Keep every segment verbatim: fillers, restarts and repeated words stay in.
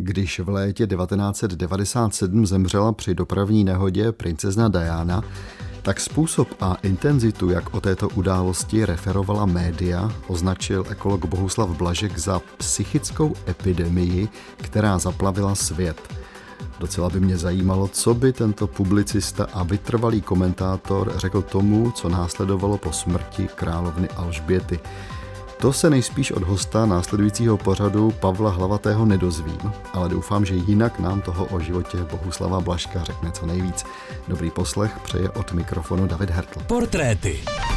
Když v létě devatenáct set devadesát sedm zemřela při dopravní nehodě princezna Diana, tak způsob a intenzitu, jak o této události referovala média, označil ekolog Bohuslav Blažek za psychickou epidemii, která zaplavila svět. Docela by mě zajímalo, co by tento publicista a vytrvalý komentátor řekl tomu, co následovalo po smrti královny Alžběty. To se nejspíš od hosta následujícího pořadu Pavla Hlavatého nedozvím, ale doufám, že jinak nám toho o životě Bohuslava Blažka řekne co nejvíc. Dobrý poslech přeje od mikrofonu David Hertl. Portréty.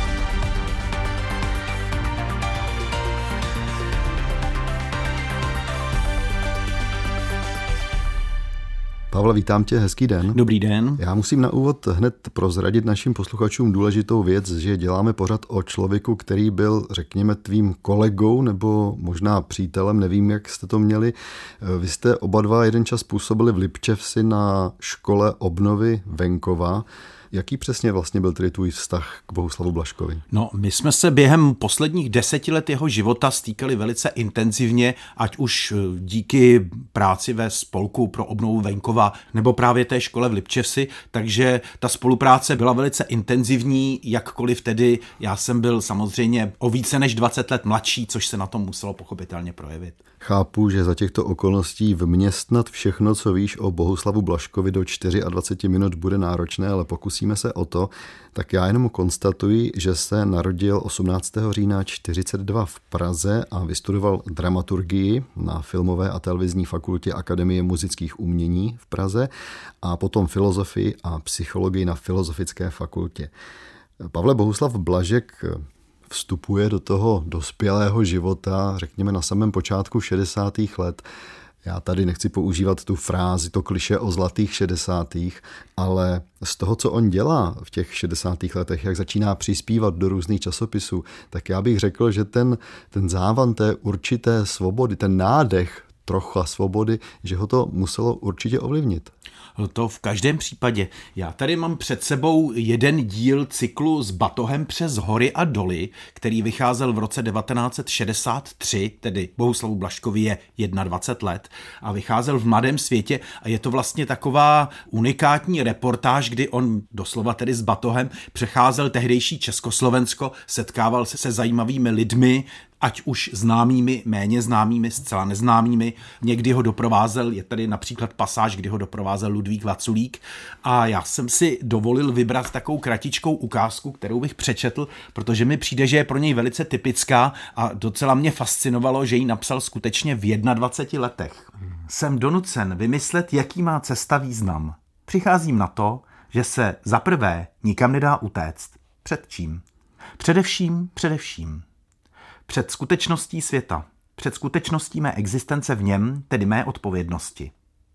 Pavle, vítám tě, hezký den. Dobrý den. Já musím na úvod hned prozradit našim posluchačům důležitou věc, že děláme pořad o člověku, který byl, řekněme, tvým kolegou nebo možná přítelem, nevím, jak jste to měli. Vy jste oba dva jeden čas působili v Lipčevsi na škole obnovy venkova. Jaký přesně vlastně byl tedy tvůj vztah k Bohuslavu Blažkovi? No, my jsme se během posledních deseti let jeho života stýkali velice intenzivně, ať už díky práci ve spolku pro obnovu venkova nebo právě té škole v Lipčevsi, takže ta spolupráce byla velice intenzivní, jakkoliv tedy já jsem byl samozřejmě o více než dvacet let mladší, což se na tom muselo pochopitelně projevit. Chápu, že za těchto okolností vměstnat všechno, co víš o Bohuslavu Blažkovi do dvacet čtyři minut bude náročné, ale pokusíme se o to. Tak já jenom konstatuji, že se narodil osmnáctého října čtyřicet dva v Praze a vystudoval dramaturgii na Filmové a televizní fakultě Akademie muzických umění v Praze a potom filozofii a psychologii na Filozofické fakultě. Pavle, Bohuslav Blažek vstupuje do toho dospělého života, řekněme na samém počátku šedesátých let. Já tady nechci používat tu frázi, to klišé o zlatých šedesátých, ale z toho, co on dělá v těch šedesátých letech, jak začíná přispívat do různých časopisů, tak já bych řekl, že ten, ten závan té určité svobody, ten nádech trocha svobody, že ho to muselo určitě ovlivnit. To v každém případě. Já tady mám před sebou jeden díl cyklu S batohem přes hory a doly, který vycházel v roce devatenáct set šedesát tři, tedy Bohuslavu Blažkovi je dvacet jedna let a vycházel v Mladém světě a je to vlastně taková unikátní reportáž, kdy on doslova tedy s batohem přecházel tehdejší Československo, setkával se se zajímavými lidmi, ať už známými, méně známými, zcela neznámými. Někdy ho doprovázel, je tady například pasáž, kdy ho doprovázel Ludvík Vaculík a já jsem si dovolil vybrat takovou kratičkou ukázku, kterou bych přečetl, protože mi přijde, že je pro něj velice typická a docela mě fascinovalo, že ji napsal skutečně v dvaceti jedné letech. Jsem donucen vymyslet, jaký má cesta význam. Přicházím na to, že se za prvé nikam nedá utéct. Před čím? Především, především. Před skutečností světa, před skutečností mé existence v něm, tedy mé odpovědnosti.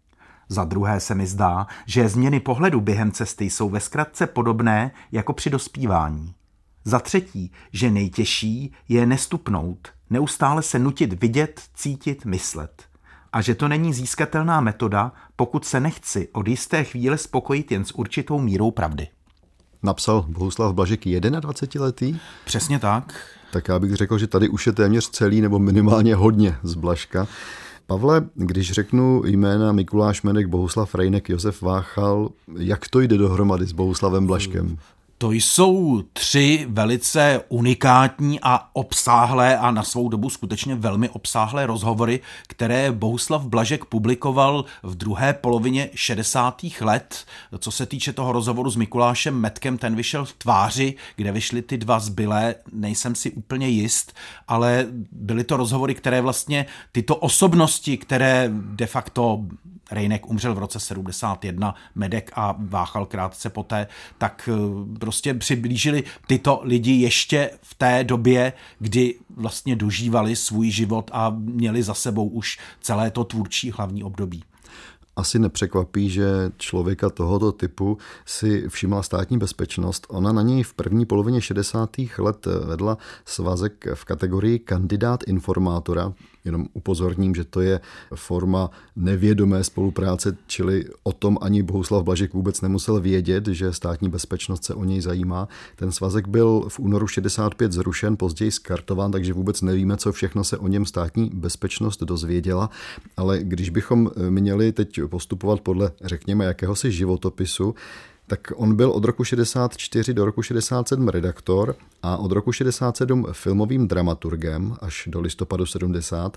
Za druhé se mi zdá, že změny pohledu během cesty jsou ve zkratce podobné jako při dospívání. Za třetí, že nejtěžší je nestupnout, neustále se nutit vidět, cítit, myslet. A že to není získatelná metoda, pokud se nechci od jisté chvíle spokojit jen s určitou mírou pravdy. Napsal Bohuslav Blažek jednadvacetiletý? Přesně tak. Tak já bych řekl, že tady už je téměř celý nebo minimálně hodně z Blažka. Pavle, když řeknu jména Mikuláš Menek, Bohuslav Rejnek, Josef Váchal, jak to jde dohromady s Bohuslavem Blažkem? To jsou tři velice unikátní a obsáhlé a na svou dobu skutečně velmi obsáhlé rozhovory, které Bohuslav Blažek publikoval v druhé polovině šedesátých let. Co se týče toho rozhovoru s Mikulášem Metkem, ten vyšel v Tváři, kde vyšly ty dva zbylé, nejsem si úplně jist, ale byly to rozhovory, které vlastně tyto osobnosti, které de facto Rejnek umřel v roce sedmdesát jedna, Medek a Váchal krátce poté, tak prostě přiblížili tyto lidi ještě v té době, kdy vlastně dožívali svůj život a měli za sebou už celé to tvůrčí hlavní období. asi nepřekvapí, že člověka tohoto typu si všimla Státní bezpečnost. Ona na něj v první polovině šedesátých let vedla svazek v kategorii kandidát informátora. Jenom upozorním, že to je forma nevědomé spolupráce, čili o tom ani Bohuslav Blažek vůbec nemusel vědět, že Státní bezpečnost se o něj zajímá. Ten svazek byl v únoru šedesát pět zrušen, později skartován, takže vůbec nevíme, co všechno se o něm Státní bezpečnost dozvěděla, ale když bychom měli teď postupovat podle, řekněme, jakéhosi životopisu, tak on byl od roku šedesát čtyři do roku šedesát sedm redaktor a od roku šedesát sedm filmovým dramaturgem až do listopadu sedmdesát.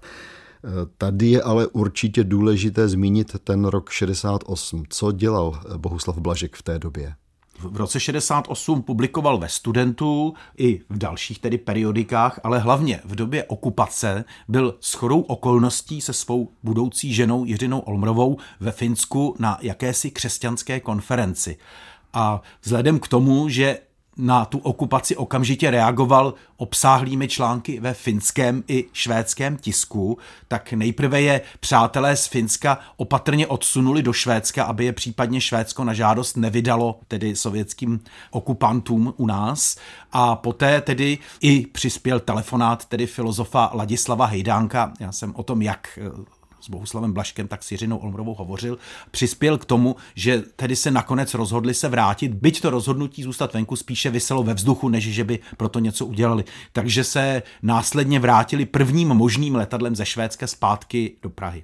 Tady je ale určitě důležité zmínit ten rok šedesát osm. Co dělal Bohuslav Blažek v té době? V roce šedesát osm publikoval ve Studentu i v dalších tedy periodikách, ale hlavně v době okupace byl shodou okolností se svou budoucí ženou Jiřinou Olmrovou ve Finsku na jakési křesťanské konferenci. A vzhledem k tomu, že na tu okupaci okamžitě reagoval obsáhlými články ve finském i švédském tisku, tak nejprve je přátelé z Finska opatrně odsunuli do Švédska, aby je případně Švédsko na žádost nevydalo tedy sovětským okupantům u nás. A poté tedy i přispěl telefonát tedy filozofa Ladislava Hejdánka. Já jsem o tom, jak s Bohuslavem Blažkem, tak s Jiřinou Olmrovou hovořil, přispěl k tomu, že tedy se nakonec rozhodli se vrátit, byť to rozhodnutí zůstat venku spíše viselo ve vzduchu, než že by proto něco udělali. Takže se následně vrátili prvním možným letadlem ze Švédska zpátky do Prahy.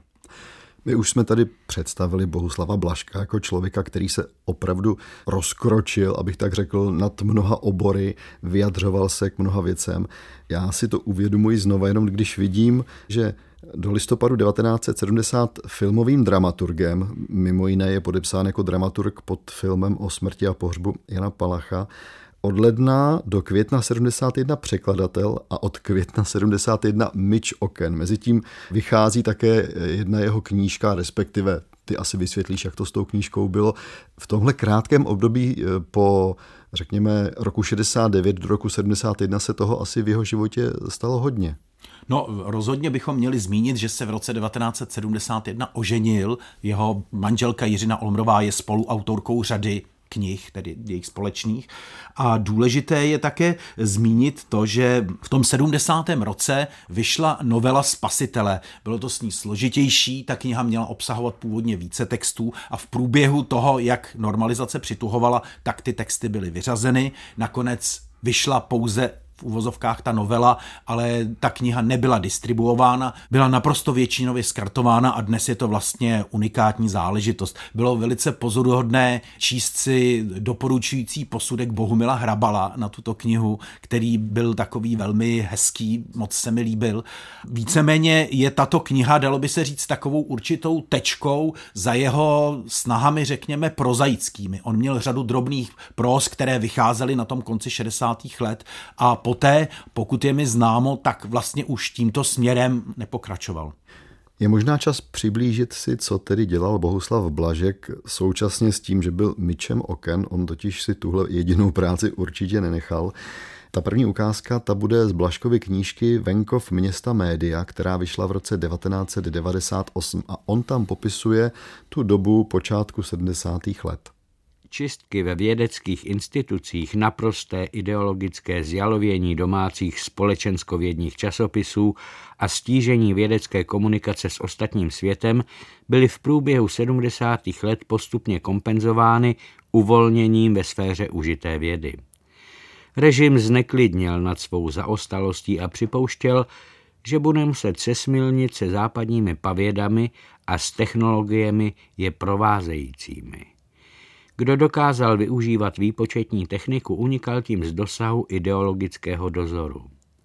My už jsme tady představili Bohuslava Blažka jako člověka, který se opravdu rozkročil, abych tak řekl, nad mnoha obory, vyjadřoval se k mnoha věcem. Já si to uvědomuji znova, jenom když vidím, že do listopadu devatenáct set sedmdesát filmovým dramaturgem, mimo jiné je podepsán jako dramaturg pod filmem o smrti a pohřbu Jana Palacha, od ledna do května sedmdesát jedna překladatel a od května sedmdesát jedna myč oken. Mezitím vychází také jedna jeho knížka, respektive ty asi vysvětlíš, jak to s tou knížkou bylo. V tomhle krátkém období po, řekněme, roku šedesát devět do roku sedmdesát jedna se toho asi v jeho životě stalo hodně. No, rozhodně bychom měli zmínit, že se v roce devatenáct set sedmdesát jedna oženil. Jeho manželka Jiřina Olmrová je spoluautorkou řady knih, tedy jejich společných. A důležité je také zmínit to, že v tom sedmdesátém roce vyšla novela Spasitele. Bylo to s ní složitější, ta kniha měla obsahovat původně více textů a v průběhu toho, jak normalizace přituhovala, tak ty texty byly vyřazeny. Nakonec vyšla pouze v uvozovkách ta novela, ale ta kniha nebyla distribuována, byla naprosto většinově skartována a dnes je to vlastně unikátní záležitost. Bylo velice pozoruhodné číst si doporučující posudek Bohumila Hrabala na tuto knihu, který byl takový velmi hezký, moc se mi líbil. Víceméně je tato kniha, dalo by se říct, takovou určitou tečkou za jeho snahami, řekněme, prozaickými. On měl řadu drobných próz, které vycházely na tom konci šedesátých let a poté, pokud je mi známo, tak vlastně už tímto směrem nepokračoval. Je možná čas přiblížit si, co tedy dělal Bohuslav Blažek současně s tím, že byl myčem oken. On totiž si tuhle jedinou práci určitě nenechal. Ta první ukázka, ta bude z Blažkovy knížky Venkov města média, která vyšla v roce devatenáct set devadesát osm a on tam popisuje tu dobu počátku sedmdesátých let. Čistky ve vědeckých institucích, naprosté ideologické zjalovění domácích společenskovědních časopisů a stížení vědecké komunikace s ostatním světem byly v průběhu sedmdesátých let postupně kompenzovány uvolněním ve sféře užité vědy. Režim zneklidněl nad svou zaostalostí a připouštěl, že bude muset sesmilnit se západními pavědami a s technologiemi je provázejícími. Kdo dokázal využívat výpočetní techniku, unikal tím z dosahu ideologického dozoru.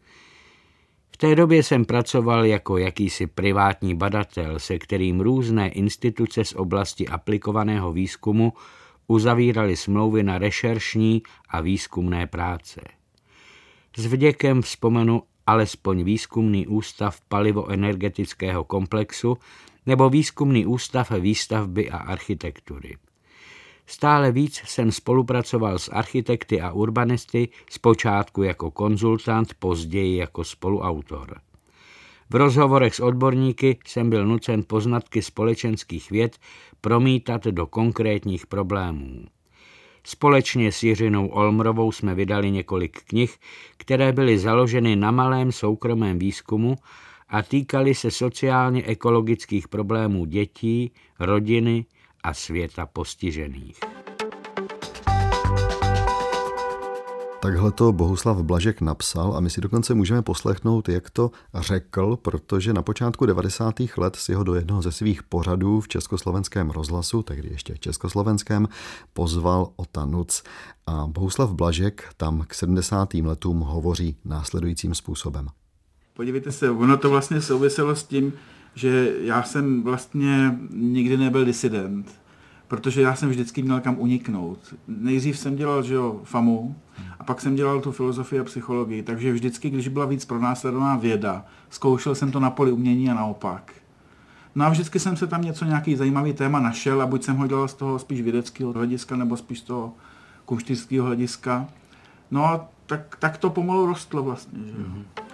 V té době jsem pracoval jako jakýsi privátní badatel, se kterým různé instituce z oblasti aplikovaného výzkumu uzavíraly smlouvy na rešeršní a výzkumné práce. S vděkem vzpomenu alespoň výzkumný ústav palivoenergetického komplexu nebo výzkumný ústav výstavby a architektury. Stále víc jsem spolupracoval s architekty a urbanisty, zpočátku jako konzultant, později jako spoluautor. V rozhovorech s odborníky jsem byl nucen poznatky společenských věd promítat do konkrétních problémů. Společně s Jiřinou Olmrovou jsme vydali několik knih, které byly založeny na malém soukromém výzkumu a týkaly se sociálně-ekologických problémů dětí, rodiny a světa postižených. Takhle to Bohuslav Blažek napsal a my si dokonce můžeme poslechnout, jak to řekl, protože na počátku devadesátých let si ho do jednoho ze svých pořadů v Československém rozhlasu, tehdy ještě Československém, pozval Ota Nuc. A Bohuslav Blažek tam k sedmdesátým letům hovoří následujícím způsobem. Podívejte se, ono to vlastně souviselo s tím, že já jsem vlastně nikdy nebyl disident, protože já jsem vždycky měl kam uniknout. Nejdřív jsem dělal, že jo, FAMu, a pak jsem dělal tu filozofii a psychologii, takže vždycky, když byla víc pronásledovaná věda, zkoušel jsem to na poli umění a naopak. No a vždycky jsem se tam něco, nějaký zajímavý téma našel a buď jsem ho dělal z toho spíš vědeckého hlediska, nebo spíš z toho kumštýrského hlediska. No a tak, tak to pomalu rostlo vlastně, že jo. Mm-hmm.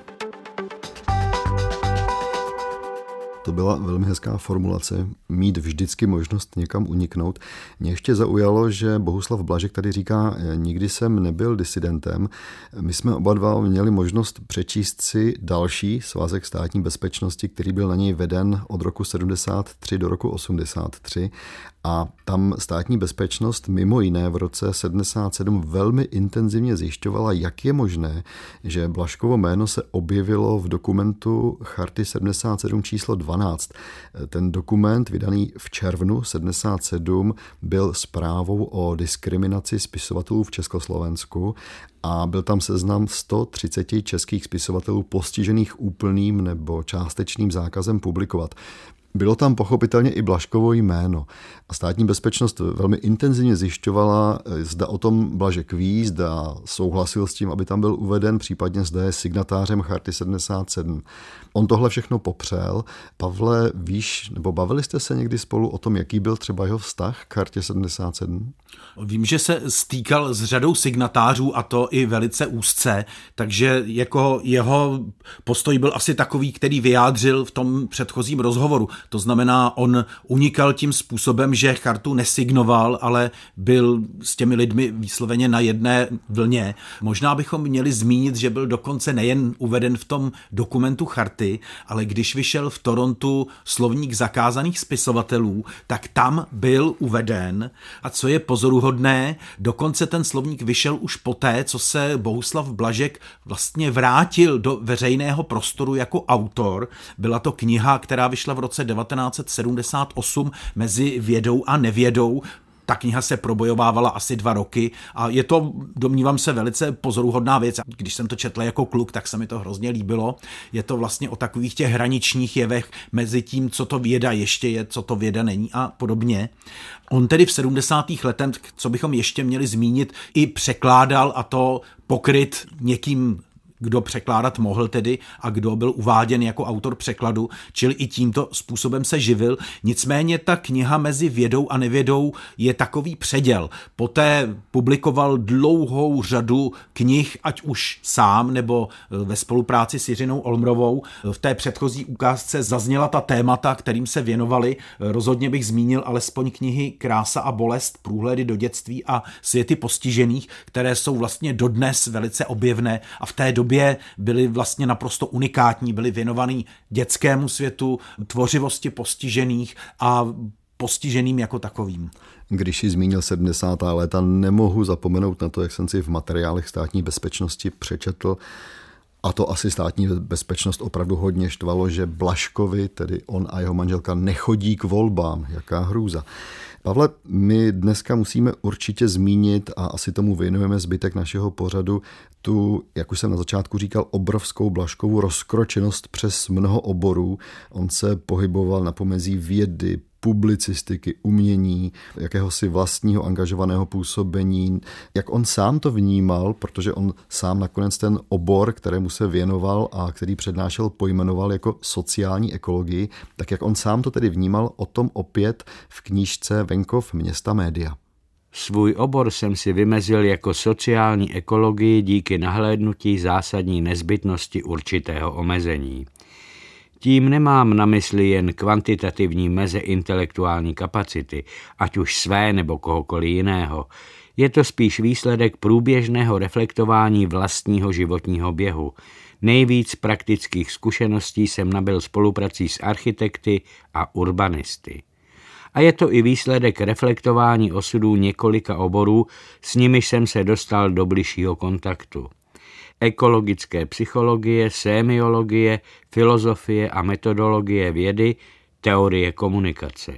To byla velmi hezká formulace, mít vždycky možnost někam uniknout. Mě ještě zaujalo, že Bohuslav Blažek tady říká, nikdy jsem nebyl disidentem. My jsme oba dva měli možnost přečíst si další svazek státní bezpečnosti, který byl na něj veden od roku sedmdesát tři do roku osmdesát tři. A tam státní bezpečnost mimo jiné v roce sedmdesát sedm velmi intenzivně zjišťovala, jak je možné, že Blažkovo jméno se objevilo v dokumentu Charty sedmdesát sedm číslo dvanáct. Ten dokument, vydaný v červnu sedmdesát sedm, byl zprávou o diskriminaci spisovatelů v Československu a byl tam seznam sto třicet českých spisovatelů postižených úplným nebo částečným zákazem publikovat. Bylo tam pochopitelně i Blažkovo jméno a státní bezpečnost velmi intenzivně zjišťovala, zda o tom Blažek ví, zda souhlasil s tím, aby tam byl uveden, případně zda je signatářem Charty sedmdesát sedm. On tohle všechno popřel. Pavle, víš, nebo bavili jste se někdy spolu o tom, jaký byl třeba jeho vztah k Chartě sedmdesát sedm? Vím, že se stýkal s řadou signatářů a to i velice úzce, takže jako jeho postoj byl asi takový, který vyjádřil v tom předchozím rozhovoru. To znamená, on unikal tím způsobem, že chartu nesignoval, ale byl s těmi lidmi výsloveně na jedné vlně. Možná bychom měli zmínit, že byl dokonce nejen uveden v tom dokumentu charty, ale když vyšel v Torontu slovník zakázaných spisovatelů, tak tam byl uveden. A co je pozoruhodné, dokonce ten slovník vyšel už poté, co se Bohuslav Blažek vlastně vrátil do veřejného prostoru jako autor. Byla to kniha, která vyšla v roce devatenáct set sedmdesát osm mezi vědou a nevědou. Ta kniha se probojovávala asi dva roky a je to, domnívám se, velice pozoruhodná věc. Když jsem to četl jako kluk, tak se mi to hrozně líbilo. Je to vlastně o takových těch hraničních jevech mezi tím, co to věda ještě je, co to věda není a podobně. On tedy v sedmdesátých letech, co bychom ještě měli zmínit, i překládal, a to pokryt někým, kdo překládat mohl tedy a kdo byl uváděn jako autor překladu, čili i tímto způsobem se živil. Nicméně ta kniha mezi vědou a nevědou je takový předěl. Poté publikoval dlouhou řadu knih, ať už sám nebo ve spolupráci s Jiřinou Olmrovou. V té předchozí ukázce zazněla ta témata, kterým se věnovali. Rozhodně bych zmínil alespoň knihy Krása a bolest, Průhledy do dětství a Světy postižených, které jsou vlastně dodnes velice objevné a v té době byly vlastně naprosto unikátní, byly věnovaný dětskému světu, tvořivosti postižených a postiženým jako takovým. Když si zmínil sedmdesátá léta, nemohu zapomenout na to, jak jsem si v materiálech státní bezpečnosti přečetl, a to asi státní bezpečnost opravdu hodně štvalo, že Blažkovi, tedy on a jeho manželka, nechodí k volbám. Jaká hrůza. Pavle, my dneska musíme určitě zmínit, a asi tomu věnujeme zbytek našeho pořadu, tu, jak už jsem na začátku říkal, obrovskou Blažkovu rozkročenost přes mnoho oborů. On se pohyboval na pomezí vědy, publicistiky, umění, jakéhosi vlastního angažovaného působení. Jak on sám to vnímal, protože on sám nakonec ten obor, kterému se věnoval a který přednášel, pojmenoval jako sociální ekologii, tak jak on sám to tedy vnímal, o tom opět v knížce Venkov města média. Svůj obor jsem si vymezil jako sociální ekologii díky nahlédnutí zásadní nezbytnosti určitého omezení. Tím nemám na mysli jen kvantitativní meze intelektuální kapacity, ať už své nebo kohokoliv jiného. Je to spíš výsledek průběžného reflektování vlastního životního běhu. Nejvíc praktických zkušeností jsem nabyl spoluprací s architekty a urbanisty. A je to i výsledek reflektování osudů několika oborů, s nimiž jsem se dostal do bližšího kontaktu. Ekologické psychologie, sémiologie, filozofie a metodologie vědy, teorie komunikace.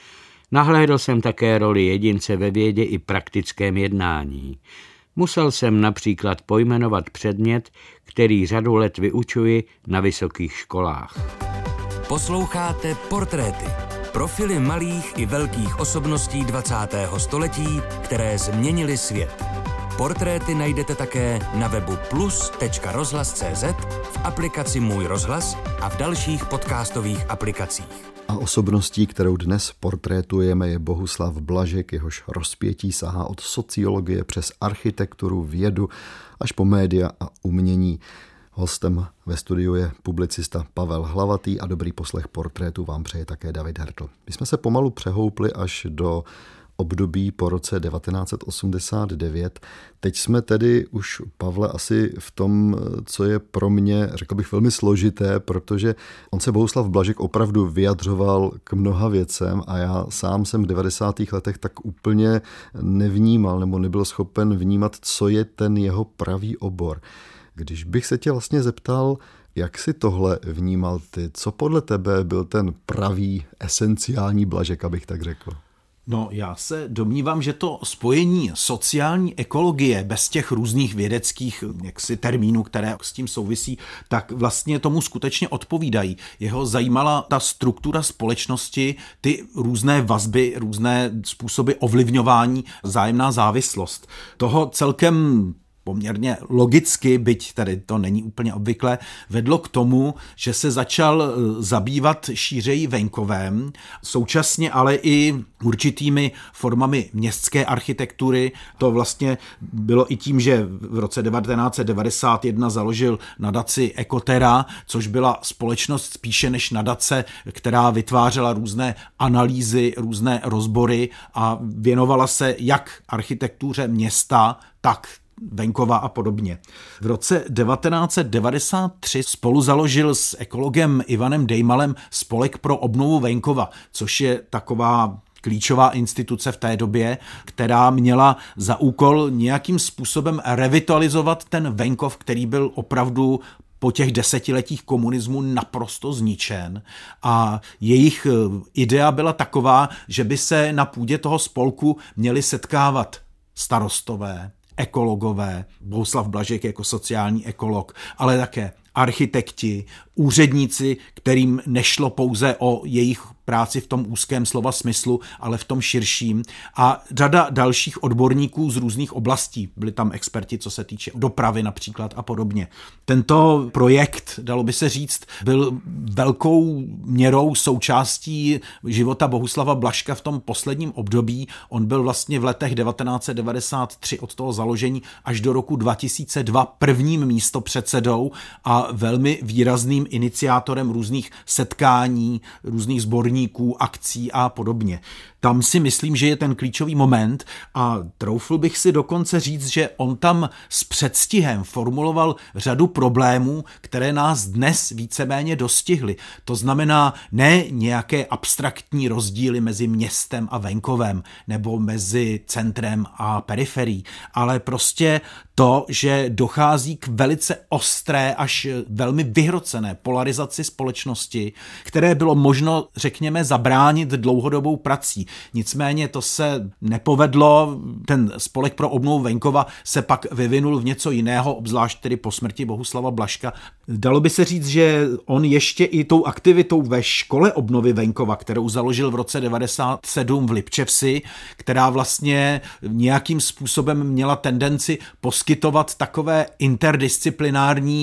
Nahlédl jsem také roli jedince ve vědě i praktickém jednání. Musel jsem například pojmenovat předmět, který řadu let vyučuji na vysokých školách. Posloucháte Portréty. Profily malých i velkých osobností dvacátého století, které změnily svět. Portréty najdete také na webu plus tečka rozhlas tečka cé zet, v aplikaci Můj rozhlas a v dalších podcastových aplikacích. A osobností, kterou dnes portrétujeme, je Bohuslav Blažek, jehož rozpětí sahá od sociologie přes architekturu, vědu až po média a umění. Hostem ve studiu je publicista Pavel Hlavatý a dobrý poslech portrétu vám přeje také David Hertl. My jsme se pomalu přehoupli až do období po roce devatenáct set osmdesát devět. Teď jsme tedy už, Pavle, asi v tom, co je pro mě, řekl bych, velmi složité, protože on se Bohuslav Blažek opravdu vyjadřoval k mnoha věcem a já sám jsem v devadesátých letech tak úplně nevnímal nebo nebyl schopen vnímat, co je ten jeho pravý obor. Když bych se tě vlastně zeptal, jak jsi tohle vnímal ty, co podle tebe byl ten pravý, esenciální Blažek, abych tak řekl? No, já se domnívám, že to spojení sociální ekologie bez těch různých vědeckých jaksi termínů, které s tím souvisí, tak vlastně tomu skutečně odpovídají. Jeho zajímala ta struktura společnosti, ty různé vazby, různé způsoby ovlivňování, vzájemná závislost. Toho celkem poměrně logicky, byť tady to není úplně obvyklé, vedlo k tomu, že se začal zabývat šířeji venkovem, současně ale i určitými formami městské architektury. To vlastně bylo i tím, že v roce devatenáct set devadesát jedna založil nadaci Ekotera, což byla společnost spíše než nadace, která vytvářela různé analýzy, různé rozbory a věnovala se jak architektuře města, tak venkova a podobně. V roce devatenáct set devadesát tři spolu založil s ekologem Ivanem Dejmalem Spolek pro obnovu venkova, což je taková klíčová instituce v té době, která měla za úkol nějakým způsobem revitalizovat ten venkov, který byl opravdu po těch desetiletích komunismu naprosto zničen. A jejich idea byla taková, že by se na půdě toho spolku měli setkávat starostové, ekologové, Bohuslav Blažek jako sociální ekolog, ale také architekti, úředníci, kterým nešlo pouze o jejich práci v tom úzkém slova smyslu, ale v tom širším, a řada dalších odborníků z různých oblastí. Byli tam experti, co se týče dopravy například a podobně. Tento projekt, dalo by se říct, byl velkou měrou součástí života Bohuslava Blažka v tom posledním období. On byl vlastně v letech devatenáct set devadesát tři od toho založení až do roku dva tisíce dva prvním místopředsedou a velmi výrazným iniciátorem různých setkání, různých sborníků, akcí a podobně. Tam si myslím, že je ten klíčový moment a troufl bych si dokonce říct, že on tam s předstihem formuloval řadu problémů, které nás dnes víceméně dostihly. To znamená ne nějaké abstraktní rozdíly mezi městem a venkovem nebo mezi centrem a periferií, ale prostě to, že dochází k velice ostré až velmi vyhrocené polarizaci společnosti, které bylo možno, řekněme, zabránit dlouhodobou prací. Nicméně to se nepovedlo, ten Spolek pro obnovu venkova se pak vyvinul v něco jiného, obzvlášť tedy po smrti Bohuslava Blažka. Dalo by se říct, že on ještě i tou aktivitou ve škole obnovy venkova, kterou založil v roce devadesát sedm v Lipčevsi, která vlastně nějakým způsobem měla tendenci poskytovat takové interdisciplinární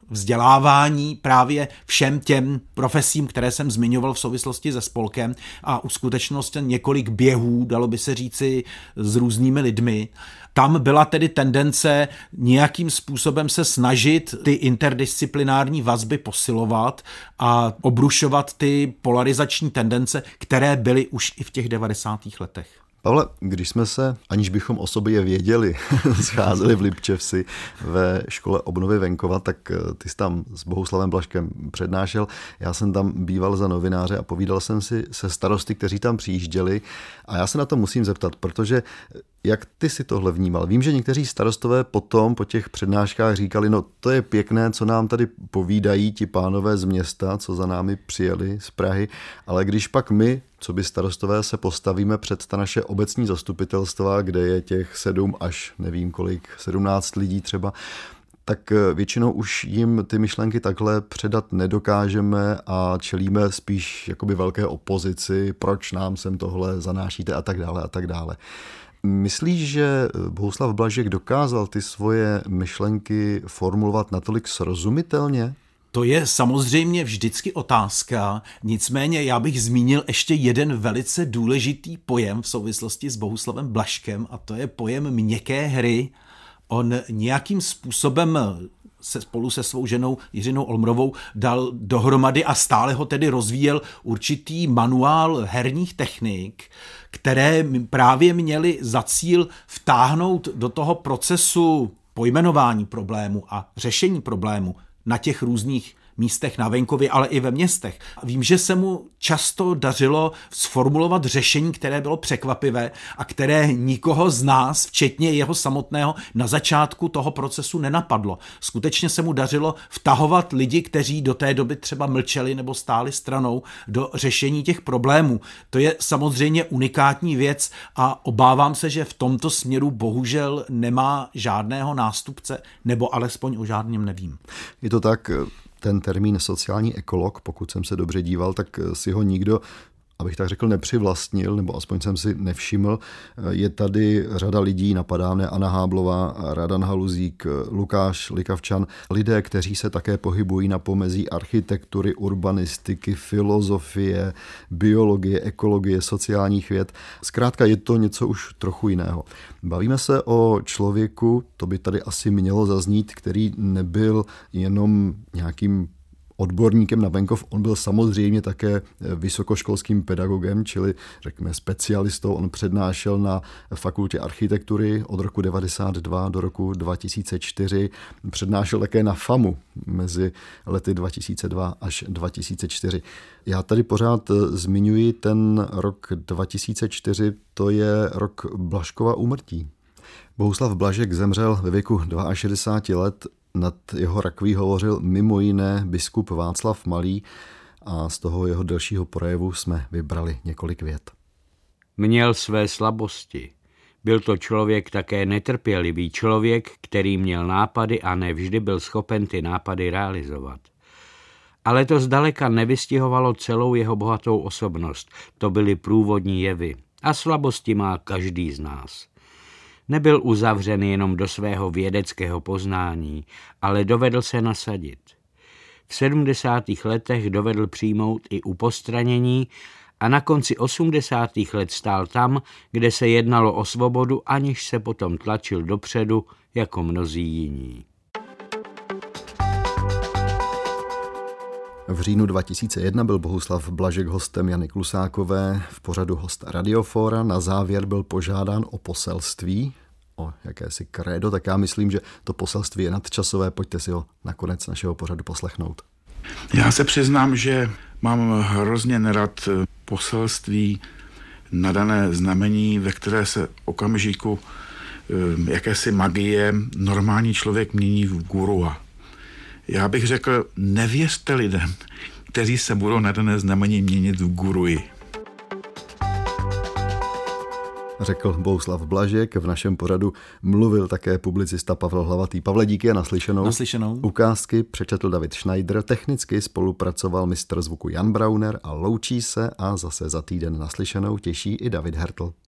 vzdělávání právě všem těm profesím, které jsem zmiňoval v souvislosti se spolkem a uskutečnil několik běhů, dalo by se říci, s různými lidmi. Tam byla tedy tendence nějakým způsobem se snažit ty interdisciplinární vazby posilovat a obrušovat ty polarizační tendence, které byly už i v těch devadesátých letech. Pavle, když jsme se, aniž bychom o sobě věděli, scházeli v Lipčevsi ve škole obnovy venkova, tak ty jsi tam s Bohuslavem Blažkem přednášel. Já jsem tam býval za novináře a povídal jsem si se starosty, kteří tam přijížděli. A já se na to musím zeptat, protože jak ty si tohle vnímal? Vím, že někteří starostové potom po těch přednáškách říkali, no to je pěkné, co nám tady povídají ti pánové z města, co za námi přijeli z Prahy, ale když pak my, co by starostové, se postavíme před ta naše obecní zastupitelstva, kde je těch sedm až nevím kolik, sedmnáct lidí třeba, tak většinou už jim ty myšlenky takhle předat nedokážeme a čelíme spíš jakoby velké opozici, proč nám sem tohle zanášíte a tak dále a tak dále. Myslíš, že Bohuslav Blažek dokázal ty svoje myšlenky formulovat natolik srozumitelně? To je samozřejmě vždycky otázka, nicméně já bych zmínil ještě jeden velice důležitý pojem v souvislosti s Bohuslavem Blažkem a to je pojem měkké hry. On nějakým způsobem se spolu se svou ženou Jiřinou Olmrovou dal dohromady a stále ho tedy rozvíjel určitý manuál herních technik, které právě měly za cíl vtáhnout do toho procesu pojmenování problému a řešení problému na těch různých místech na venkově, ale i ve městech. Vím, že se mu často dařilo sformulovat řešení, které bylo překvapivé a které nikoho z nás, včetně jeho samotného, na začátku toho procesu nenapadlo. Skutečně se mu dařilo vtahovat lidi, kteří do té doby třeba mlčeli nebo stáli stranou, do řešení těch problémů. To je samozřejmě unikátní věc a obávám se, že v tomto směru bohužel nemá žádného nástupce, nebo alespoň o žádném nevím. Je to tak. Ten termín sociální ekolog, pokud jsem se dobře díval, tak si ho nikdo, abych tak řekl, nepřivlastnil, nebo aspoň jsem si nevšiml. Je tady řada lidí, napadá mne Anna Háblová, Radan Haluzík, Lukáš Likavčan, lidé, kteří se také pohybují na pomezí architektury, urbanistiky, filozofie, biologie, ekologie, sociálních věd. Zkrátka je to něco už trochu jiného. Bavíme se o člověku, to by tady asi mělo zaznít, který nebyl jenom nějakým odborníkem na venkov, on byl samozřejmě také vysokoškolským pedagogem, čili řekněme specialistou. On přednášel na fakultě architektury od roku devadesát dva do roku dva tisíce čtyři. Přednášel také na FAMu mezi lety dva tisíce dva až dva tisíce čtyři. Já tady pořád zmiňuji ten rok dva tisíce čtyři, to je rok Blažkova úmrtí. Bohuslav Blažek zemřel ve věku šedesáti dvou let. Nad jeho rakví hovořil mimo jiné biskup Václav Malý a z toho jeho delšího projevu jsme vybrali několik vět. Měl své slabosti. Byl to člověk také netrpělivý, člověk, který měl nápady a nevždy byl schopen ty nápady realizovat. Ale to zdaleka nevystihovalo celou jeho bohatou osobnost. To byly průvodní jevy. A slabosti má každý z nás. Nebyl uzavřen jenom do svého vědeckého poznání, ale dovedl se nasadit. V sedmdesátých letech dovedl přijmout i upostranění a na konci osmdesátých let stál tam, kde se jednalo o svobodu, aniž se potom tlačil dopředu jako mnozí jiní. V říjnu dva tisíce jedna byl Bohuslav Blažek hostem Jany Klusákové v pořadu Host Radiofóra. Na závěr byl požádán o poselství, o jakési krédo, tak já myslím, že to poselství je nadčasové. Pojďte si ho nakonec našeho pořadu poslechnout. Já se přiznám, že mám hrozně nerad poselství na dané znamení, ve které se okamžiku jakési magie normální člověk mění v gurua. Já bych řekl, nevěřte lidem, kteří se budou na dané znamení měnit v guruji. Řekl Bohuslav Blažek. V našem pořadu mluvil také publicista Pavel Hlavatý. Pavle, díky a naslyšenou. Naslyšenou. Ukázky přečetl David Schneider, technicky spolupracoval mistr zvuku Jan Brauner a loučí se a zase za týden naslyšenou těší i David Hertl.